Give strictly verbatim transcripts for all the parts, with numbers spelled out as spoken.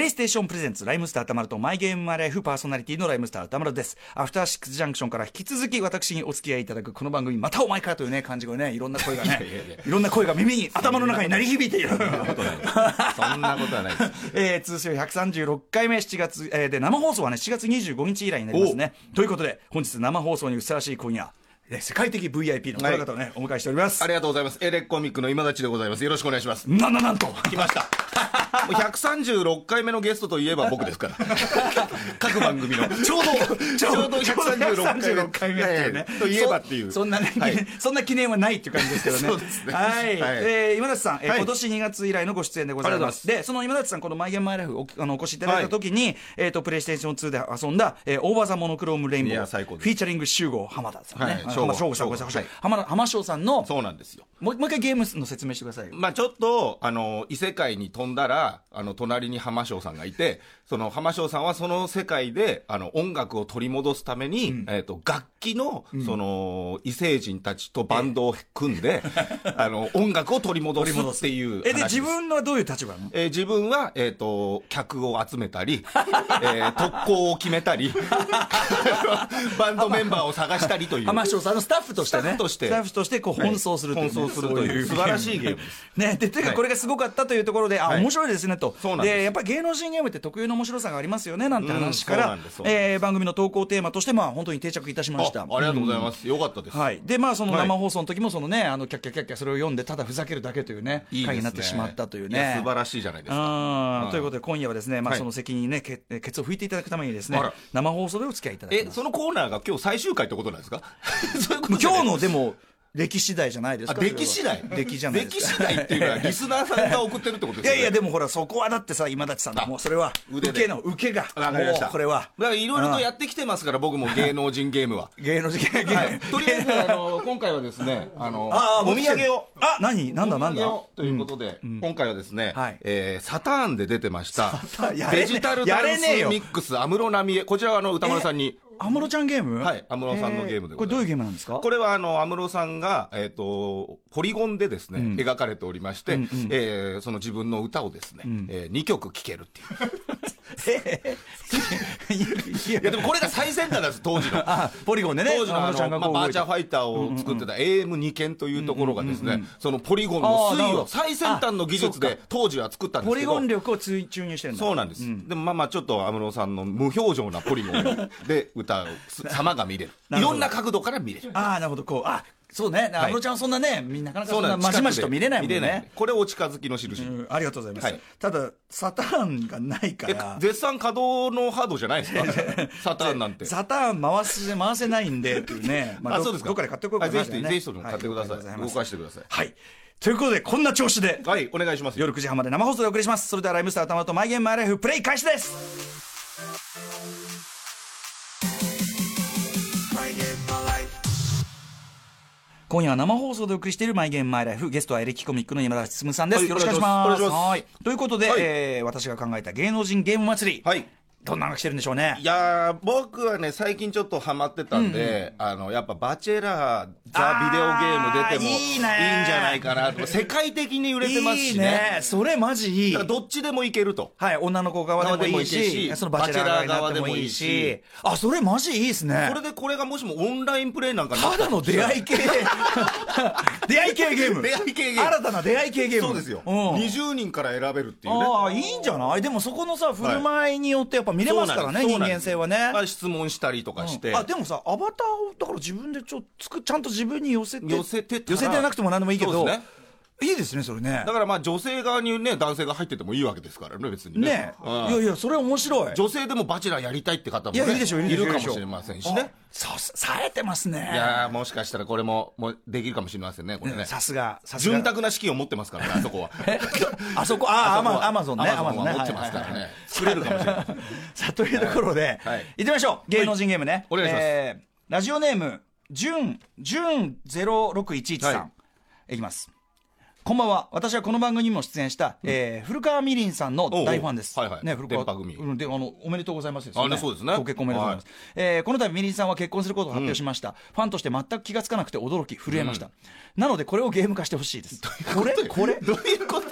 プレイステーションプレゼンツライムスター歌丸とマイゲームマイライフパーソナリティのライムスター歌丸です。アフターシックスジャンクションから引き続き私にお付き合いいただくこの番組、またお前かというね感じがね、いろんな声がねい, やい, やい, やいろんな声が耳に頭の中に鳴り響いている。そんなことないそんなことはないですえー、通称ひゃくさんじゅうろっかいめしちがつ、えー、で生放送はねしちがつにじゅうごにち以来になりますね。ということで本日生放送にふさわしい今夜、世界的 ブイアイピー の方々をね、はい、お迎えしております。 ありがとうございます。エレコミックの今立でございます。よろしくお願いします。 なんだなんと来ましたもうひゃくさんじゅうろっかいめのゲストといえば僕ですから各番組のちょうどちょうどひゃくさんじゅうろっかいめっていうねといえばっていうそ, そんなね、はい、そんな記念はないっていう感じですけどね。 そうですね。 はい、はい、えー、今立さん、えーはい、今年にがつ以来のご出演でございます。でその今立さん、このマイゲームマイライフ お, あのお越しいただいた時に、はい、えーとプレイステーションツーで遊んだ、えー、オーバーザモノクロームレインボーフィーチャリング集合浜田さんね、はい、浜翔吾さん、浜田浜翔さんの、 そうなんですよ。 もう一回ゲームの説明してください。 まあちょっとあの異世界に飛んだら、あの隣に浜翔さんがいて、その浜翔さんはその世界であの音楽を取り戻すために、うん、えー、と楽器の、うん、その異星人たちとバンドを組んで、えー、あの音楽を取り戻すっていう話です。 えで自分はどういう立場なの？ えー、自分は、えー、と客を集めたり、えー、特攻を決めたりバンドメンバーを探したりという浜翔さんのスタッフとしてね、 スタッフとしてスタッフとしてこう奔走するという、ね、 奔走するという素晴らしいゲームですね。でというかこれがすごかったというところで、はい、あ面白いですねと。 そうなんです。 でやっぱり芸能人ゲームって特有の面白さがありますよねなんて話から、うん、えー、番組の投稿テーマとしてまあ本当に定着いたしました。 あ, ありがとうございます、うん、よかったです。 はい、でまあその生放送の時もそのね、あのキャッキャキャッキャそれを読んでただふざけるだけというね回になってしまったというね。いや素晴らしいじゃないですか。 あ、うん、ということで今夜はですね、まあ、その責任にね、はい、ケツを拭いていただくためにですね生放送でお付き合いいただきます。 えそのコーナーが今日最終回ってことなんですか？ そういうこと今日のでも歴次第じゃないですか。 歴次第歴じゃないですか。 歴次第っていうのはリスナーさんが送ってるってことですよね。 いやいやでもほらそこはだってさ、今立さんのもうそれは受けの受けがわかりました。 これはだからいろいろとやってきてますから、僕も芸能人ゲームは芸能人ゲーム、はい、 とりあえずあの今回はですね、あのあお土産をあ何なんだなんだということで、うん、今回はですね、はい、えー、サターンで出てましたデジタルダンスミックス安室奈美恵、こちらはあの歌丸さんに安室ちゃんゲーム、 はい、安室さんのゲームでございます。 これどういうゲームなんですか？ これはあの安室さんが、えー、とポリゴンでですね、うん、描かれておりまして、うんうん、えー、その自分の歌をですね、うん、えー、にきょく聴けるっていういやでもこれが最先端なんです当時のあポリゴンでね、 当時のあの、まあ、バーチャファイターを作ってた エーエムに 件というところがですね、そのポリゴンの推移を最先端の技術で当時は作ったんですけど、 ポリゴン力を注入してるんだ。 そうなんです、うん、でもまあまあちょっと安室さんの無表情なポリゴンで歌う様が見れるいろんな角度から見れる。 ああなるほど、こうあそうね、安室ちゃんはそんなね、みんななかなかそんなまじまじと見れないもんね。 これお近づきの印、うん、 ありがとうございます、はい、ただサターンがないから絶賛稼働のハードじゃないですかサターンなんてサターン回す回せないんでっていうね、 まあ、あそうですか。 どっかで買っておこうかな、 ぜひぜひ買ってください、はい、動かしてください。 はい、ということでこんな調子で、 はい、お願いします。 夜くじはんまで生放送でお送りします。それではライムスター歌丸とマイゲームマイライフプレイ開始です。今夜は生放送でお送りしているマイゲームマイライフ、ゲストはエレキコミックの今田進さんです、はい、よろしくお願いします。はい、ということで、はい、えー、私が考えた芸能人ゲーム祭り、はい、どんなのが来てるんでしょうね。 いやー僕はね最近ちょっとハマってたんで、うん、あのやっぱバチェラーザ・ビデオゲーム出てもいいんじゃないかなと。世界的に売れてますし ね, いいねそれマジいい。 だからどっちでもいけると、 はい、女の子側でもいいし、そのバチェラー側でもいいし、あそれマジいいですね。 これでこれがもしもオンラインプレイなんかなただの出会い系出会い系ゲーム出会い系ゲーム新たな出会い系ゲーム。 そうですよ、うん、にじゅうにんから選べるっていうね。 ああいいんじゃない。でもそこのさ振る舞いによってやっぱ見れますからね、はい、人間性はね。 まあ、質問したりとかして、 うん、あでもさアバターをだから自分でちょつくちゃんと自分に寄せて寄せて寄せてなくても何でもいいけど、 ね、 いいですねそれね。 だからまあ女性側にね男性が入っててもいいわけですからね別にね。 ね、うん、いやいやそれ面白い。 女性でもバチェラーやりたいって方も、ね、 いやいいでしょいいでしょいるかもしれませんしね。 ささえてますね。 いやもしかしたらこれももうできるかもしれませんねこれね。 さすが潤沢な資金を持ってますからねあそこはあそこああアマゾンねアマゾンは持ってますからね、はいはいはい、作れるかもしれないさあというところで、はい、行ってみましょう芸能人ゲームね、はい、 お願いします、 えー、ラジオネームジュンジュンゼロろくいちいちさん、はい、いきます。こんばんは。私はこの番組にも出演した、うんえー、古川みりんさんの大ファンです。 はいはい。 ね、古川電波組、 うん、であのおめでとうございますですよね。あ、そうですね。 ご結婚おめでとうございます。はいえー、この度みりんさんは結婚することを発表しました、うん。ファンとして全く気がつかなくて驚き震えました。うん、なのでこれをゲーム化してほしいです。 これこれどういうこと？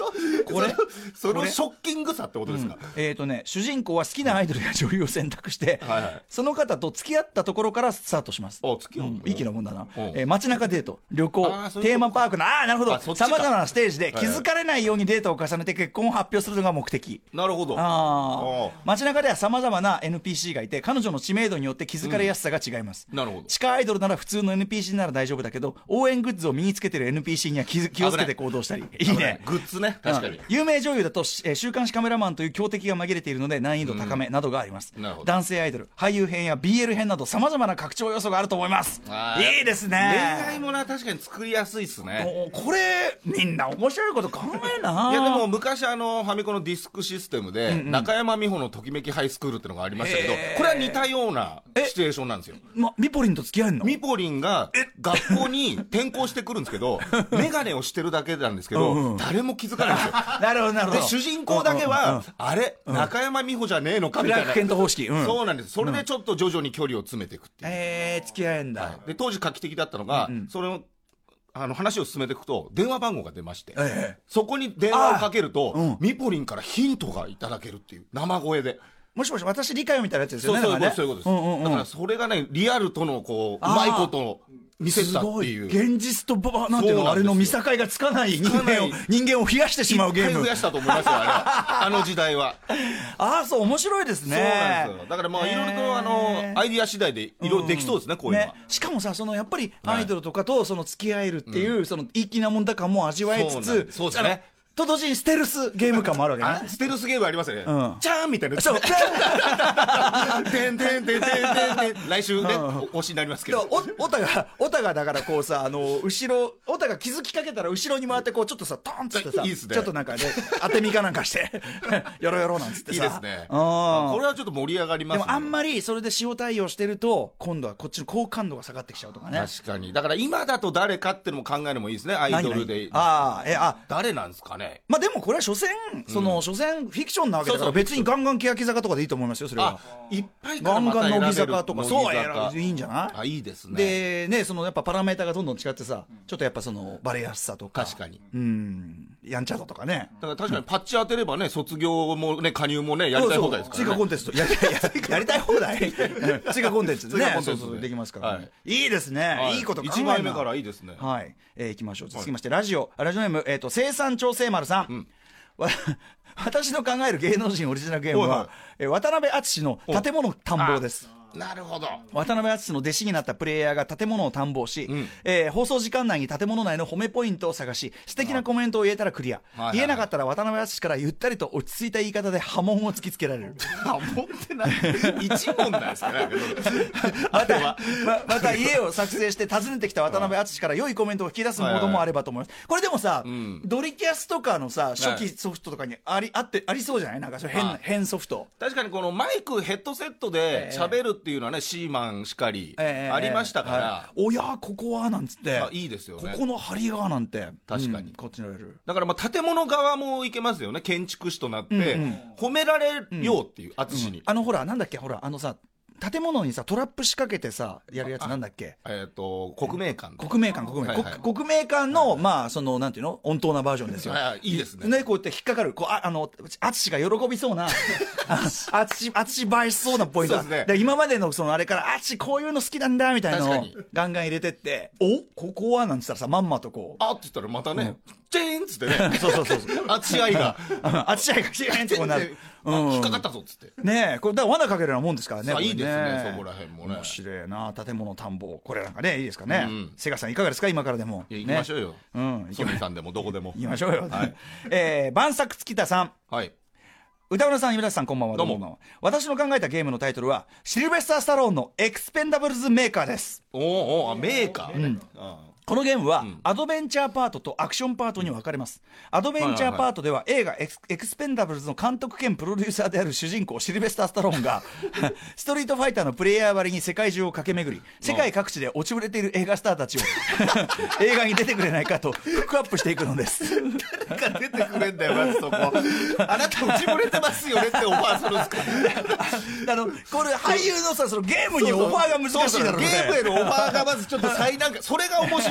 これそのショッキングさってことですか？ うん、えっ、ー、とね主人公は好きなアイドルや女優を選択して、はいはい、その方と付き合ったところからスタートします。 あ、付き合う、うん、 いい気なもんだな、えー、街中デート、旅行、テーマパークの、ああなるほど、さまざまなステージで気づかれないようにデートを重ねて結婚を発表するのが目的。 なるほど。 あ街中ではさまざまな エヌピーシー がいて、彼女の知名度によって気づかれやすさが違います、うん、 なるほど。 地下アイドルなら普通の エヌピーシー なら大丈夫だけど、応援グッズを身につけてる エヌピーシー には気気をつけて行動したり。いいね、 グッズね、確かに、 うん、有名女優だと、えー、週刊誌カメラマンという強敵が紛れているので難易度高めなどがあります、うん、男性アイドル、俳優編や ビーエル 編などさまざまな拡張要素があると思います。いいですね。 恋愛もな、確かに作りやすいですね。 これみんな面白いこと考えるな。 いやでも昔あのファミコンのディスクシステムで、うんうん、中山美穂のときめきハイスクールってのがありましたけど、これは似たようなシチュエーションなんですよ。 ま、ミポリンと付き合えんの？ ミポリンが学校に転校してくるんですけどメガネをしてるだけなんですけど、うんうん、誰も気づかないんですよなるほどなるほど。 で主人公だけは、うんうんうん、あれ、うん、中山美穂じゃねえのかみたいな、 クラークケント方式、うん、 そうなんです。それでちょっと徐々に距離を詰めていくっていう、 えー、付き合えんだ、はい、 で当時画期的だったのが、うんうん、それをあの話を進めていくと電話番号が出まして、ええ、そこに電話をかけると、うん、ミポリンからヒントがいただけるっていう、生声で、 もしもし私理解みたいなやつですよね。 そうそういうこと、そういうことです、うんうんうん、だからそれがねリアルとのこううまいことを見せたっていう、 現実とばなんていうの、あれの見境がつかない人間を人間を増やしてしまうゲーム。 いっぱい増やしたと思いますよあれはあの時代は。 ああそう、面白いですね。 そうなんですよ。だからまあいろいろとあのアイディア次第でいろいろできそうですね、うん、こういうのは、ね、 しかもさ、そのやっぱりアイドルとかとその付き合えるっていう、はい、その粋なもんだ感も味わいつつ、 そうですね、 と同時にステルスゲーム感もあるわけね。 ステルスゲームありますよね、うん、チャーンみたいな、 そうてんてんてんてんてんてん、来週ね、うん、推しになりますけど、 おたがおたがだからこうさ、あの後ろおたが気づきかけたら後ろに回ってこうちょっとさトンっつってさ、いいですね、ちょっとなんかね当て身かなんかしてよろよろなんつってさ、 いいですね、これはちょっと盛り上がりますね。 でもあんまりそれで塩対応してると今度はこっちの好感度が下がってきちゃうとかね。 確かに。だから今だと誰かってのも考えるのもいいですね、アイドルで。 あえあ誰なんですかね。 まあでもこれは所詮その、うん、所詮フィクションなわけだから別にガンガン欅坂とかでいいと思いますよ。それはあいっぱいガンガン乃木坂とかそうやいいんじゃない。 あいいですね。 でね、そのやっぱパラメータがどんどん違ってさ、ちょっとやっぱそのバレやすさとか、 確かに、 うんやんちゃ度とかね。 だから確かにパッチ当てればね、卒業もね加入もねやりたい放題ですからね。 追加コンテストやりやりたい放題追加コンテンツでね、そうそうできますからね。いいですね。いいこと考えるな。いちまいめからいいですね。はい。いきましょう。続きましてラジオラジオネームえっと生産調整丸さん。私の考える芸能人オリジナルゲームは、はいはい、渡辺篤の建物探訪です。 なるほど。 渡辺篤の弟子になったプレイヤーが建物を探訪し、うん、えー、放送時間内に建物内の褒めポイントを探し素敵なコメントを言えたらクリア、はいはいはい、言えなかったら渡辺篤からゆったりと落ち着いた言い方で波紋を突きつけられる。 波紋って何一問なんですかねまた、ま、また家を作成して訪ねてきた渡辺篤から良いコメントを引き出すモードもあればと思います。これでもさ、うん、ドリキャスとかのさ初期ソフトとかにあり、あって、ありそうじゃない。なんかそれ 変, 変ソフト。 確かにこのマイクヘッドセットで喋るっていうのはね、えー、シーマンしかりありましたから、えーはい、 おやここはなんつって、 いいですよね、 ここの張りがなんて。 確かに、 うん、こっちのやる。 だからまあ建物側もいけますよね。建築士となって、うんうん、褒められようっていう淳、うん、に、 あのほらなんだっけ、ほらあのさ建物にさトラップ仕掛けてさやるやつなんだっけ。 えっ、ー、と国名館国名館国名館、はいはい、国名館の、はいはい、まあそのなんていうの温当なバージョンですよ。 はいはい、いいですね。 ね、こうやって引っかかるこうああの淳が喜びそうな淳淳映えしそうなポイント。そうですね。で今までのそのあれから淳こういうの好きなんだみたいなのをガンガン入れてって、おここはなんつったらさまんまとこうあって言ったらまたね、うん、チェーンっつってねそうそうそう淳愛が淳愛がチェーンってこうなるうん、引っかかったぞっつってねえ、これだから罠かけるようなもんですからね。 いいですね、そこら辺もね。 面白いな建物探訪、これなんかねいいですかね、うん、瀬川さんいかがですか今からでも。 いや行きましょうよ、ね、うん、ソニーさんでもどこでも行きましょうよ、はい、えー、晩作月田さん、 はい、 歌村さん、今田さん、こんばんは。 どうも。 私の考えたゲームのタイトルはシルベスター・スタローンのエクスペンダブルズメーカーです。 おーおー、メーカー、うん、 あこのゲームはアドベンチャーパートとアクションパートに分かれます。アドベンチャーパートでは映画エクスペンダブルズの監督兼プロデューサーである主人公シルベスター・スタローンがストリートファイターのプレイヤー割りに世界中を駆け巡り、世界各地で落ちぶれている映画スターたちを映画に出てくれないかとフックアップしていくのです。 誰か出てくれんだよまずそこ。あなた落ちぶれてますよねってオファーするんですか。 あのこれ俳優のさそのゲームにオファーが難しいだろうね。 ゲームへのオファーがまずちょっと最難関、それが面白い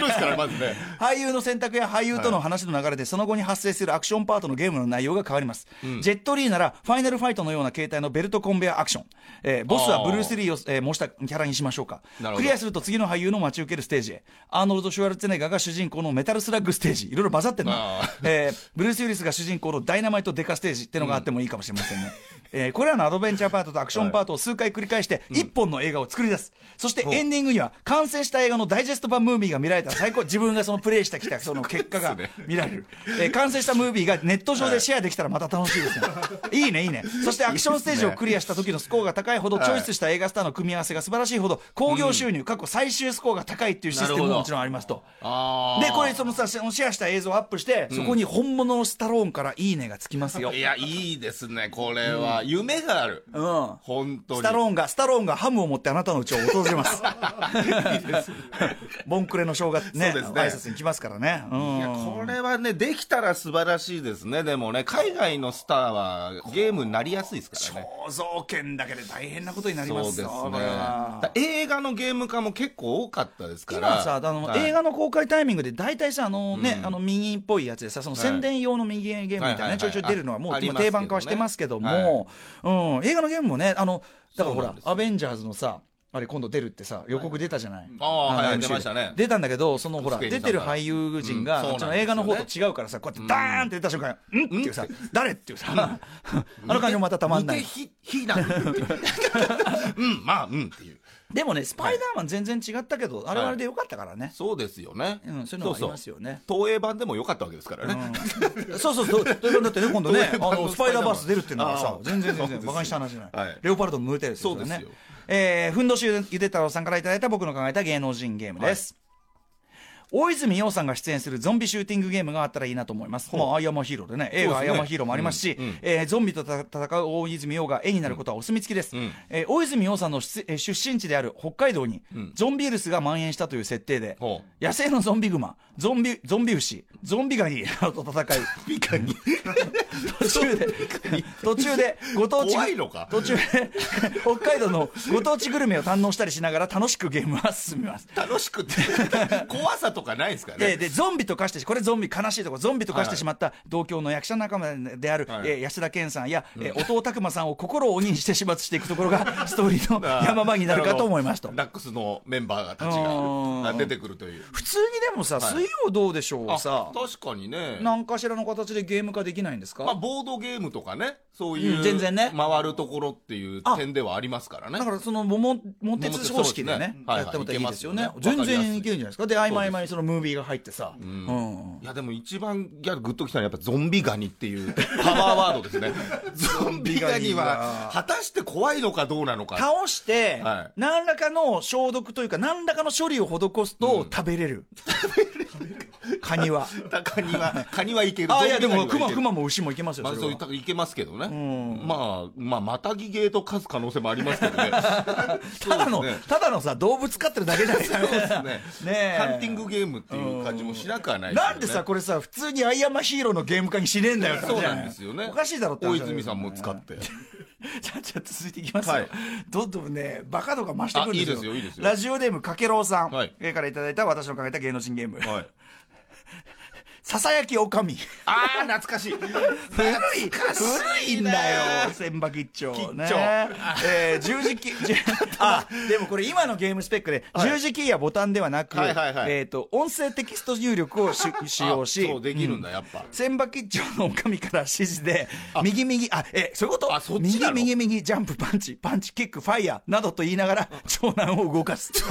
ですからまずね俳優の選択や俳優との話の流れでその後に発生するアクションパートのゲームの内容が変わります、うん、ジェットリーならファイナルファイトのような形態のベルトコンベアアクション、えー、ボスはブルース・リーを、えー、模したキャラにしましょうか。クリアすると次の俳優の待ち受けるステージへ。アーノルド・シュワルツェネッガーが主人公のメタルスラッグステージ、いろいろ混ざってるの、えー、ブルース・ウィリスが主人公のダイナマイト・デカステージってのがあってもいいかもしれませんね、うんえー、これらのアドベンチャーパートとアクションパートを数回繰り返して一本の映画を作り出す、うん、そしてエンディングには完成した映画のダイジェスト版ムービーが見られたら最高。自分がそのプレイしてきたその結果が見られる、えー、完成したムービーがネット上でシェアできたらまた楽しいですね、はい、いいねいいね。そしてアクションステージをクリアした時のスコアが高いほどチョイスした映画スターの組み合わせが素晴らしいほど興行収入、過去最終スコアが高いっていうシステムももちろんありますと。でこれそのさシェアした映像をアップして、うん、そこに本物のスタローンからいいねがつきますよ。 いやいいですねこれは、うん、夢がある、うん、本当にスタローンがスタローンがハムを持ってあなたの家を訪れますいいですねボンクレの正月ね、ね挨拶に来ますからね、うん、 いやこれはねできたら素晴らしいですね。でもね海外のスターはゲームになりやすいですからね。 肖像権だけで大変なことになりますよ。 そうですね。映画のゲーム化も結構多かったですから今さあの、はい、映画の公開タイミングで大体さあの、ねうん、あの右っぽいやつでさその宣伝用の右ゲームみたいなね、はい、ちょいちょい出るのはもう今定番化はしてますけども、はいうん、映画のゲームもねあのだからほらアベンジャーズのさあれ今度出るってさ予告出たじゃない、はい、 ああはい出ましたね。 出たんだけどそのほら出てる俳優陣が、うん、その映画の方と違うからさこうやってダーンって出た瞬間うんっていうさ誰っていうさあの感じもまたたまんない。 ひひなうんまあうんっていう。 でもねスパイダーマン全然違ったけど、はい、あれはあれでよかったからね、はい、 そうですよね、 うん、そういうのはありますよね。 東映版でもよかったわけですからね、 うん、そうそうそうだってね今度ねあのスパイダーバース出るっていうのはさ全然全然バカにした話じゃない、はい、レオパルトのムーテルですよね。そうですよ。えー、ふんどしゆで太郎さんからいただいた僕の考えた芸能人ゲームです、はい大泉洋さんが出演するゾンビシューティングゲームがあったらいいなと思います。まあ、アイアムヒーローでね映画アイアムヒーローもありますし、うんうんえー、ゾンビと戦う大泉洋が絵になることはお墨付きです、うんえー、大泉洋さんの出身地である北海道に、うん、ゾンビウイルスが蔓延したという設定で、うん、野生のゾンビグマゾンビゾンビ牛ゾンビガニなどと戦い途中で途中でご当地怖いのか途中で北海道のご当地グルメを堪能したりしながら楽しくゲームは進みます。 楽しくって怖さとかないですかね。 ででゾンビと化してこれゾンビ悲しいところゾンビと化してしまった同郷の役者仲間である、はいえー、安田健さんや、うんえー、音尾拓磨さんを心を鬼にして始末していくところがストーリーの山場になるかと思いますと。 ダックスのメンバーたちが出てくるという。 普通にでもさ、はい、水曜どうでしょうさ確かにね何かしらの形でゲーム化できないんですか。 まあ、ボードゲームとかねそういう、 うん、全然ね回るところっていう点ではありますからね。 だからその桃鉄方式でねやってもいいですよね、はいはい、全然いけるんじゃないですか。で合間合間にそのムービーが入ってさ、うんうん、 いやでも一番ギャルグッときたのはやっぱゾンビガニっていうパワーワードですねゾンビガニは果たして怖いのかどうなのか倒して、はい、何らかの消毒というか何らかの処理を施すと、うん、食べれるカニはカニはカニはいける。 あいやでもクマクマも牛もいけますよ。 まあ、そういけますけどね、うん、まあまあまたぎゲーと化す可能性もありますけどねただの、ね、ただのさ動物飼ってるだけじゃないですか。そうですねねハンティングゲームっていう感じもしなくはないですよね。 なんでさこれさ普通にアイアンマヒーローのゲーム化にしねえんだよ。 そうなんですよね。 おかしいだろって大泉さんも使ってじゃあちょっと続いていきますよ、はい、どんどんねバカ度が増してくるんですよ。 いいですよいいですよ。 ラジオネームかけろうさん、はい、からいただいた私の考えた芸能人ゲーム、はいささやきおかみ。 ああ懐かしい古い古いんだよ千葉吉兆ねえー、十字キーあでもこれ今のゲームスペックで、はい、十字キーやボタンではなく、はいはいはいえー、と音声テキスト入力をし使用しそうできるんだやっぱ、うん、 千葉吉兆のおかみから指示で右右あえそういうことあそっちなの右右右ジャンプパンチパンチキックファイヤーなどと言いながら長男を動かす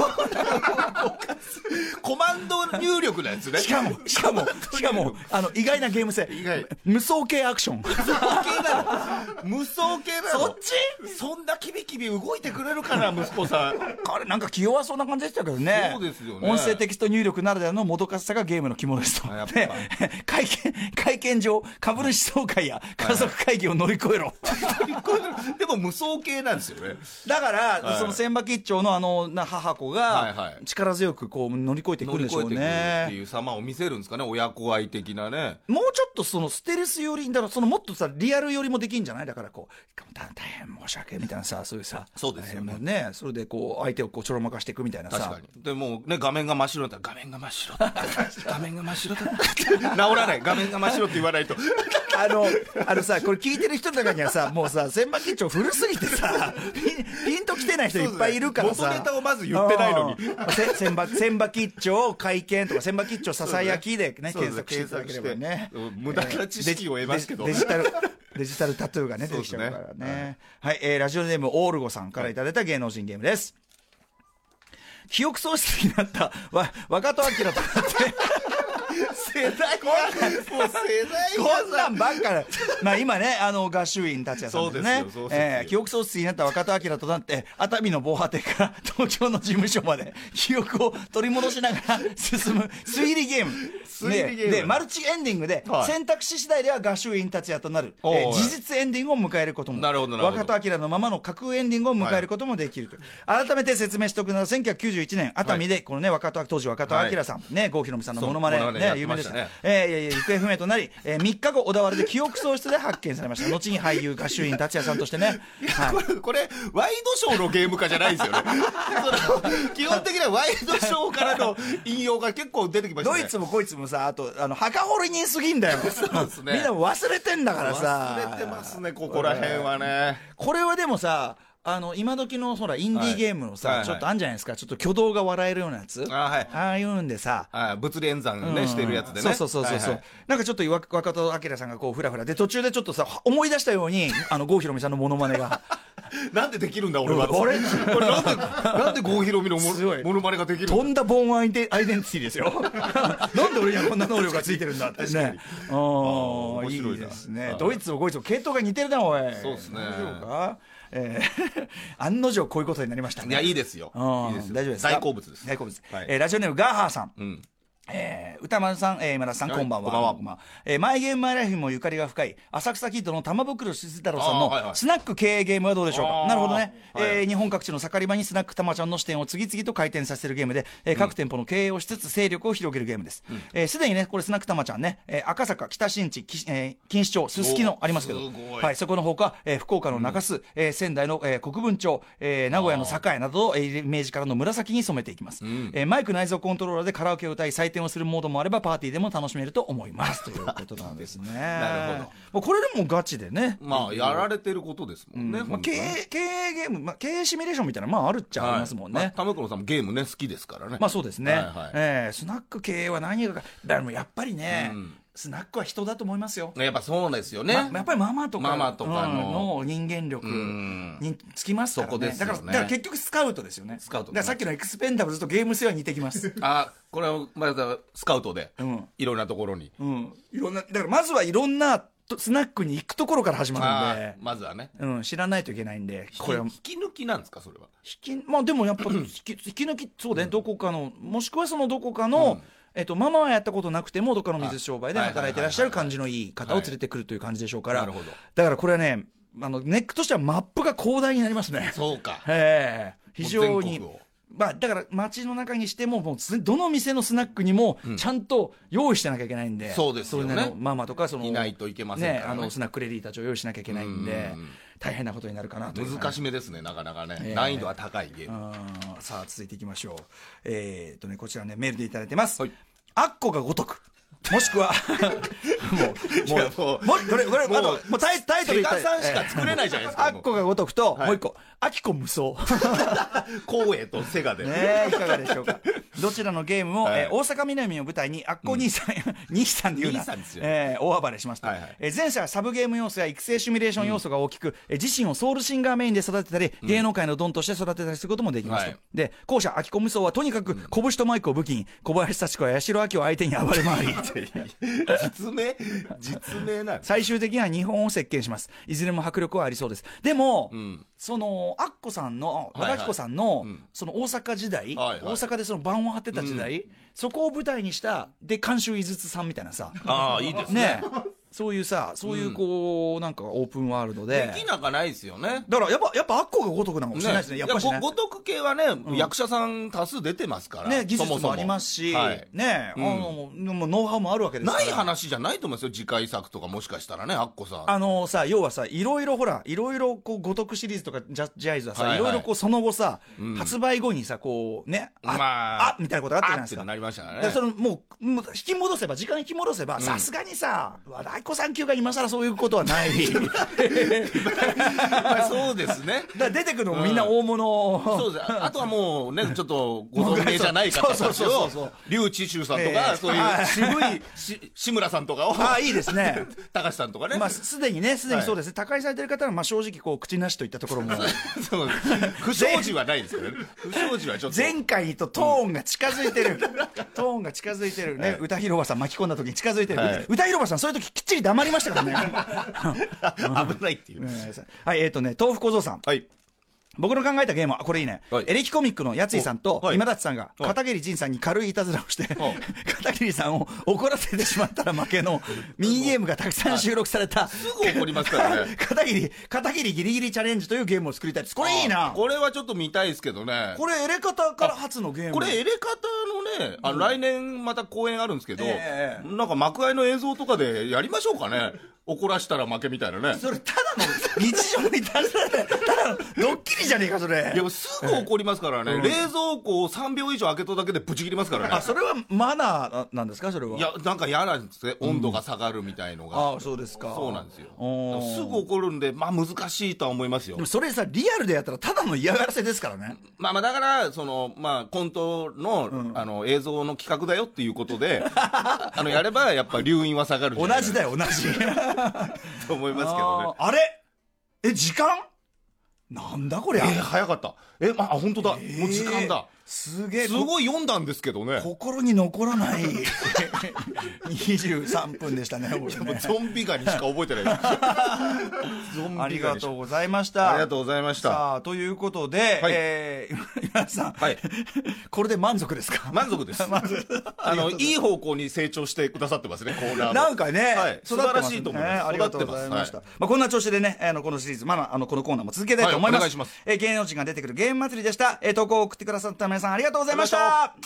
コマンド入力のやつね。 しかもしかもしかもあの意外なゲーム性無双系アクション無双系なの無双系なのそっちそんなキビキビ動いてくれるかな息子さんあれなんか気弱そうな感じでしたけどね。 そうですよね。 音声テキスト入力ならではのもどかしさがゲームの肝ですと。で会見会見上株主総会や家族会議を乗り越えろ、はい、 でも無双系なんですよね。 だから、はい、その千葉吉兆のあのな母子が力強くこう乗り越えてくるんでしょうね。乗り越えてくるっていう様を見せるんですかね親子愛的なね。 もうちょっとそのステルス寄りだからそのもっとさリアル寄りもできんじゃない。だからこう大変申申し訳みたいなさ、そういうさ、 そうですよね、 えー、ねそれでこう相手をこうちょろまかしていくみたいなさ。 確かに。でもうね、画面が真っ白だったら画面が真っ白だった画面が真っ白だった治らない、画面が真っ白って言わないとあのあのさ、これ聞いてる人の中にはさ、もうさ千葉吉兆古すぎてさピン、ピンと来てない人いっぱいいるからさ、 元ネタをまず言ってないのに千葉千葉吉兆会見とか千葉吉兆ささやきでね、検索していただければね、 無駄な知識を得ますけど、 デジタルデジタルタトゥーがね出てきちゃうからね。はい、はい、えー、ラジオネームオールゴさんからいただいた芸能人ゲームです。記憶喪失になったわ若戸明となって世代がもう世代がこんなんばっかりまあ今ね、あの合衆院達也さんですね、えー、記憶喪失になった若戸明となって熱海の防波堤から東京の事務所まで記憶を取り戻しながら進む推理ゲーム推理ゲームで、マルチエンディングで、はい、選択肢次第では合衆院達也となる、えー、事実エンディングを迎えることも、 なるほど若戸明のままの架空エンディングを迎えることもできるという、はい、改めて説明しておくならせんきゅうひゃくきゅうじゅういちねん熱海でこのね若戸当時若戸明さん、はい、ね郷ひろみさんのモノマネね有名でしたね、えー、いやいや行方不明となり、えー、みっかご小田原で記憶喪失で発見されました。後に俳優合衆院達也さんとしてね、 はい、これこれワイドショーのゲーム化じゃないですよね基本的にはワイドショーからの引用が結構出てきましたね。 どいつもこいつもさ、あとあの墓掘り人すぎんだよそうですね、 みんな忘れてんだからさ、 忘れてますねここら辺はね。 これはでもさ、あの今時のほらインディーゲームのさ、はい、ちょっとあんじゃないですか、ちょっと挙動が笑えるようなやつ、あ、はい、ああいうんでさ、 あ物理演算ね、うん、してるやつでね、 そうそうそうそう、はいはい、なんかちょっと若戸明さんがこうフラフラで途中でちょっとさ思い出したようにあの郷ひろみさんのモノマネがなんでできるんだ俺は、これなんでなんで郷ひろみのモノマネができるんだ、 とんだボーンアイデンティティですよなんで俺にはこんな能力がついてるんだってね。ああ面白いですね。ドイツもこいつも系統が似てるなおい。 そうですね。 大丈夫か、えー、案の定こういうことになりましたね。 いやいいですよ、いいですよ、 大丈夫ですか。 大好物です。 大好物、はい、えー、ラジオネームガーハーさん、うん、えー、歌丸さん、えー、今田さん、こんばんは。こんばんは。こんばんは。えー、マイゲームマイライフにもゆかりが深い浅草キッドの玉袋静太郎さんのスナック経営ゲームはどうでしょうか。なるほどね、はいはい、えー、日本各地の盛り場にスナックたまちゃんの支店を次々と開店させるゲームで、えー、各店舗の経営をしつつ勢力を広げるゲームです。す、うんえー、で、にねこれスナックたまちゃんね、えー、赤坂、北新地、えー、錦糸町、すすきのありますけど、はい、そこのほか、えー、福岡の中洲、うんえー、仙台の、えー、国分町、えー、名古屋の栄などを、えー、イメージからの紫に染めていきます。うんえー、マイク内蔵コントローラーでカラオケを歌い採点をするモードもあればパーティーでも楽しめると思いますということなんですねなるほど、 まあ、これでもガチでね、 まあやられてることですもんね、 うんまあ、経営経営ゲーム、まあ、経営シミュレーションみたいなまああるっちゃありますもんね、 はいまあ、玉黒さんもゲームね好きですからね。 まあそうですね、はいはいえー、スナック経営は何がかだからやっぱりね、うんスナックは人だと思いますよ。 やっぱそうですよね、 ま、やっぱりママとかママとか の,、 うん、の人間力につきますからね。そこですよね。だから、だから結局スカウトですよね。スカウト、ね、だからさっきのエクスペンダブルズとゲーム性は似てきますあこれはまたスカウトで、うん、いろんなところに、 うん、いろんなだからまずはいろんなスナックに行くところから始まるんでまずはね、 うん、知らないといけないんでこれは引き抜きなんですかそれは。 引きまあでもやっぱ引き引き抜きそうね、うん、どこかのもしくはそのどこかの、うんえっと、ママはやったことなくてもどっかの水商売で働いてらっしゃる感じのいい方を連れてくるという感じでしょうから、はい、だからこれはねあのネックとしてはマップが広大になりますね。 そうか、 えー、非常にまあ、だから街の中にしてももうどの店のスナックにもちゃんと用意してなきゃいけないんで、うん、 そうですよね。 それのママとかそのいないといけませんからね、 ねあのスナックレディーたちを用意しなきゃいけないんで大変なことになるかなという難しめですねなかなかね、えー、難易度は高いゲーム。 さあ続いていきましょう。えー、っとねこちらねメールでいただいてます、はい、あっこがごとくもしくはもうもうもうこれこれもうもうタイタイトルセガさんしか作れないじゃないですか。 あっこがごとくと、はい、もう一個あきこ無双光栄とセガでねいかがでしょうか。どちらのゲームを、はいえー、大阪南を舞台にあっこ兄さん、うん、兄さんで言うな、えー、大暴れしました、はいはいえー、前者はサブゲーム要素や育成シミュレーション要素が大きく、うんえー、自身をソウルシンガーメインで育てたり、うん、芸能界のドンとして育てたりすることもできますと、はい、で後者あきこ無双はとにかく拳とマイクを武器に小林幸子や八代亜紀を相手に暴れ回り実名実名なん最終的には日本を席巻します。いずれも迫力はありそうです。でも、うん、そのアッコさんの和田アキ子さんの、はいはい、その大阪時代、はいはい、大阪でその盤を張ってた時代、うん、そこを舞台にしたで監修井筒さんみたいなさああいいですねそういうさ、そういうこう、うん、なんかオープンワールドで。 できなかないですよね。 だからやっぱ、やっぱアッコが如くなのかもしれないですね。ねやっぱしね。 ごとく系はね、うん、役者さん多数出てますから。 ね、技術もありますし、そもそもはい、ね、うん、あの、もうノウハウもあるわけですから。 ない話じゃないと思いますよ、次回作とかもしかしたらね、アッコさん。 あのさ、要はさ、いろいろほら、いろいろこう、ごとくシリーズとか、ジャッジアイズはさ、はいはい、いろいろこう、その後さ、うん、発売後にさ、こう、ね、あ、まあ、あみたいなことがあったじゃないですか。 なりましたね。 でそのもう、もう引き戻せば、時間引き戻せば、さすがにさ、和田アキ子さん級が今更そういうことはない。 まあそうですね。 だ出てくるのもみんな大物、 うん、そうです。あとはもうね、ちょっとご存命じゃない方たちを、劉智秋さんとか、えー、そういう渋いし志村さんとかを、 ああいいですね。 高橋さんとかね。 まあすでにね、すでにそうですね。他界されてる方はまあ正直こう口なしといったところも、 そう不祥事はないですからね。不祥事はちょっと前回とトーンが近づいてる、うん、トーンが近づいてるね。はい、歌広場さん巻き込んだ時に近づいてる。はい、歌広場さんそういう時きっちり黙りましたからね。危ないっていう。 はい、えっ、ー、とね、豆腐小僧さん。 はい。 僕の考えたゲームはこれいいね、はい、エレキコミックのやついさんと今立さんが片桐仁さんに軽いいたずらをして、はい、片桐さんを怒らせてしまったら負けのミニゲームがたくさん収録された、 すぐ怒りますからね。 片桐片桐ギリギリチャレンジというゲームを作りたいです。これいいな。 これはちょっと見たいですけどね。 これエレカタから初のゲーム。 これエレカタのね、あの、うん、来年また公演あるんですけど、えー、なんか幕間の映像とかでやりましょうかね。怒らしたら負けみたいなね。 それただの日常にただのドッキリじゃねえかそれ。 いやすぐ怒りますからね、うん、冷蔵庫をさんびょう以上開けただけでブチ切りますからね。 あ、それはマナーなんですかそれは。 いやなんか嫌なんですね、温度が下がるみたいのが、 うん、ああそうですか。 そうなんですよ。すぐ怒るんで、まあ難しいとは思いますよ。でもそれさリアルでやったらただの嫌がらせですからね。 まあまあだからそのまあコントの、うん、あの映像の企画だよっていうことであのやればやっぱ留飲は下がるんじゃない。 同じだよ同じと思いますけどね。 あ, あれえ時間なんだこりゃ。 えー、早かった。えあ本当だ、えー、もう時間だ。 すげえすごい読んだんですけどね。 心に残らないにじゅうさんぷんでしたね。 俺ねもうゾンビガニしか覚えてないゾンビガニありがとうございました。 ありがとうございました。 さあということで、はい、えー、今田さん、はい、これで満足ですか。 満足ですあのいい方向に成長してくださってますねコーナーなんかね、 はい、素晴らしいと思います、ね、 ありがとうございました、はい。まあ、こんな調子でねあのこのシリーズ、まあ、あのこのコーナーも続けたいと思います、はい、お願いします。えー、芸能人が出てくるゲーム祭りでした。えー、投稿を送ってくださった皆さんありがとうございました。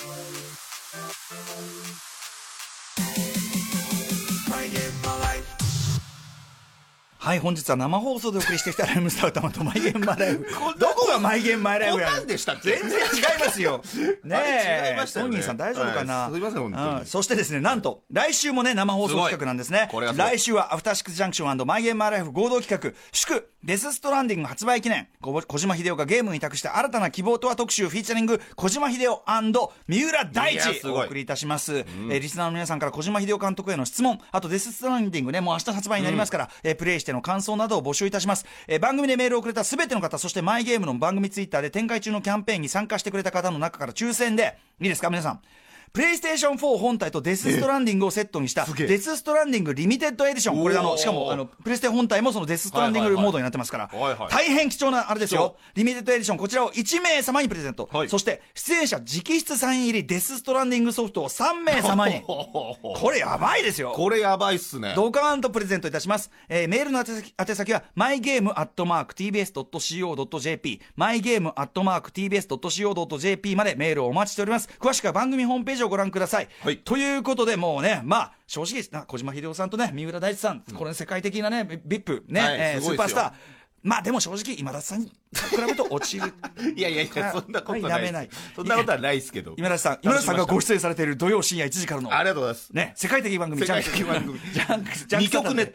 はい、本日は生放送でお送りしてきたライムスター歌まとマイゲームマイライフ。どこがマイゲームマイライフやんでしたっけ。 全然違いますよ。ねえ、 違いましたよね。 トニーさん大丈夫かな。 はい、すみません本当に、 うん。そしてですね、なんと来週もね生放送企画なんですね。す来週はアフターシックスジャンクション&マイゲームマイライフ合同企画祝デスストランディング発売記念。小島秀夫がゲームに託した新たな希望とは特集フィーチャリング小島秀夫&三浦大知お送りいたします。うん、えー、リスナーの皆さんから小島秀夫監督への質問、あとデスストランディングねもう明日発売になりますから、うん、えー、プレイしての感想などを募集いたします。えー、番組でメールをくれたすべての方、そしてマイゲームの番組ツイッターで展開中のキャンペーンに参加してくれた方の中から抽選でいいですか皆さん、プレイステーションフォー本体とデスストランディングをセットにしたデスストランディングリミテッドエディション。これあのしかもあのプレステ本体もそのデスストランディングモードになってますから、はいはいはい、大変貴重なあれですよ。リミテッドエディションこちらをいちめい様にプレゼント、はい、そして出演者直筆サイン入りデスストランディングソフトをさんめい様にこれやばいですよ。 これやばいっすね。 ドカーンとプレゼントいたします。えー、メールの宛先、宛先はマイゲームアットマーク ティービーエスドットシーオードットジェーピー マイゲームアットマーク ティービーエスドットシーオードットジェーピー までメールをお待ちしております。詳しくは番組ホームページをご覧ください。はい、ということでもうねまあ正直な小島秀夫さんとね三浦大知さん、うん、これ世界的なねビップね、はい、えー、スーパースター。まあでも正直今田さんに比べると落ちるいやいやいやそんなことない、ないそんなことはないですけど、 今田さん今田さんがご出演されている土曜深夜いちじからのありがとうございますね世界的番組世界的番組ジャンクジャンクにきょくネット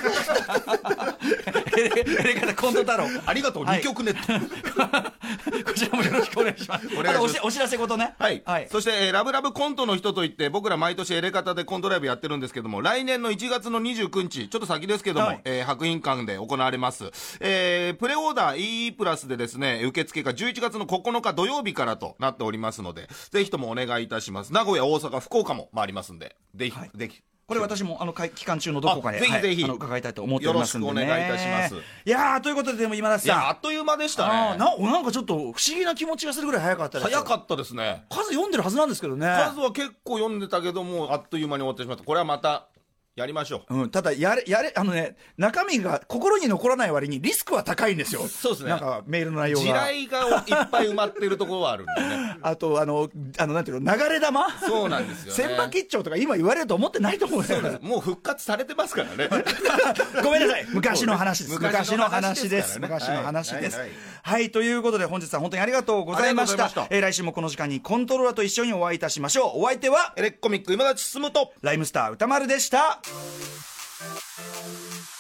エレカタコント太郎ありがとう、はい、にきょくネットこちらもよろしくお願いします。お願いします。お知らせ事ね。 はい。はい、そして、えー、ラブラブコントの人といって僕ら毎年エレカタでコントライブやってるんですけども、来年のいちがつのにじゅうくにちちょっと先ですけども、はい、えー、博品館で行われます、えー、プレオーダー E プラスでですね受付がじゅういちがつのここのか土曜日からとなっておりますので、ぜひともお願いいたします。名古屋大阪福岡も回りますんでぜひ、はい、ぜひこれ私もあの期間中のどこかでぜひぜひ、 はい、あの伺いたいと思っておりますんで、ね、 よろしくお願いいたします。 いやーということででも今田さん、いやあっという間でしたね。 あななんかちょっと不思議な気持ちがするぐらい早かったです。 早かったですね。 数読んでるはずなんですけどね。 数は結構読んでたけどもあっという間に終わってしまった。これはまたやりましょう。 うん、ただやれやれあのね、中身が心に残らない割にリスクは高いんですよ。 そうですね。 なんかメールの内容が地雷がいっぱい埋まってるところはあるんでね。 あとあのあのなんていうの、流れ玉。 そうなんですよね。 千葉吉兆とか今言われると思ってないと思うんですよ。 もう復活されてますからね。 ごめんなさい、昔の話です。昔の話です。 昔昔の話です。 はいはいはいはい、ということで本日は本当にありがとうございました。したえー、来週もこの時間にコントローラーと一緒にお会いいたしましょう。お相手はエレコミック今立進とライムスター歌丸でした。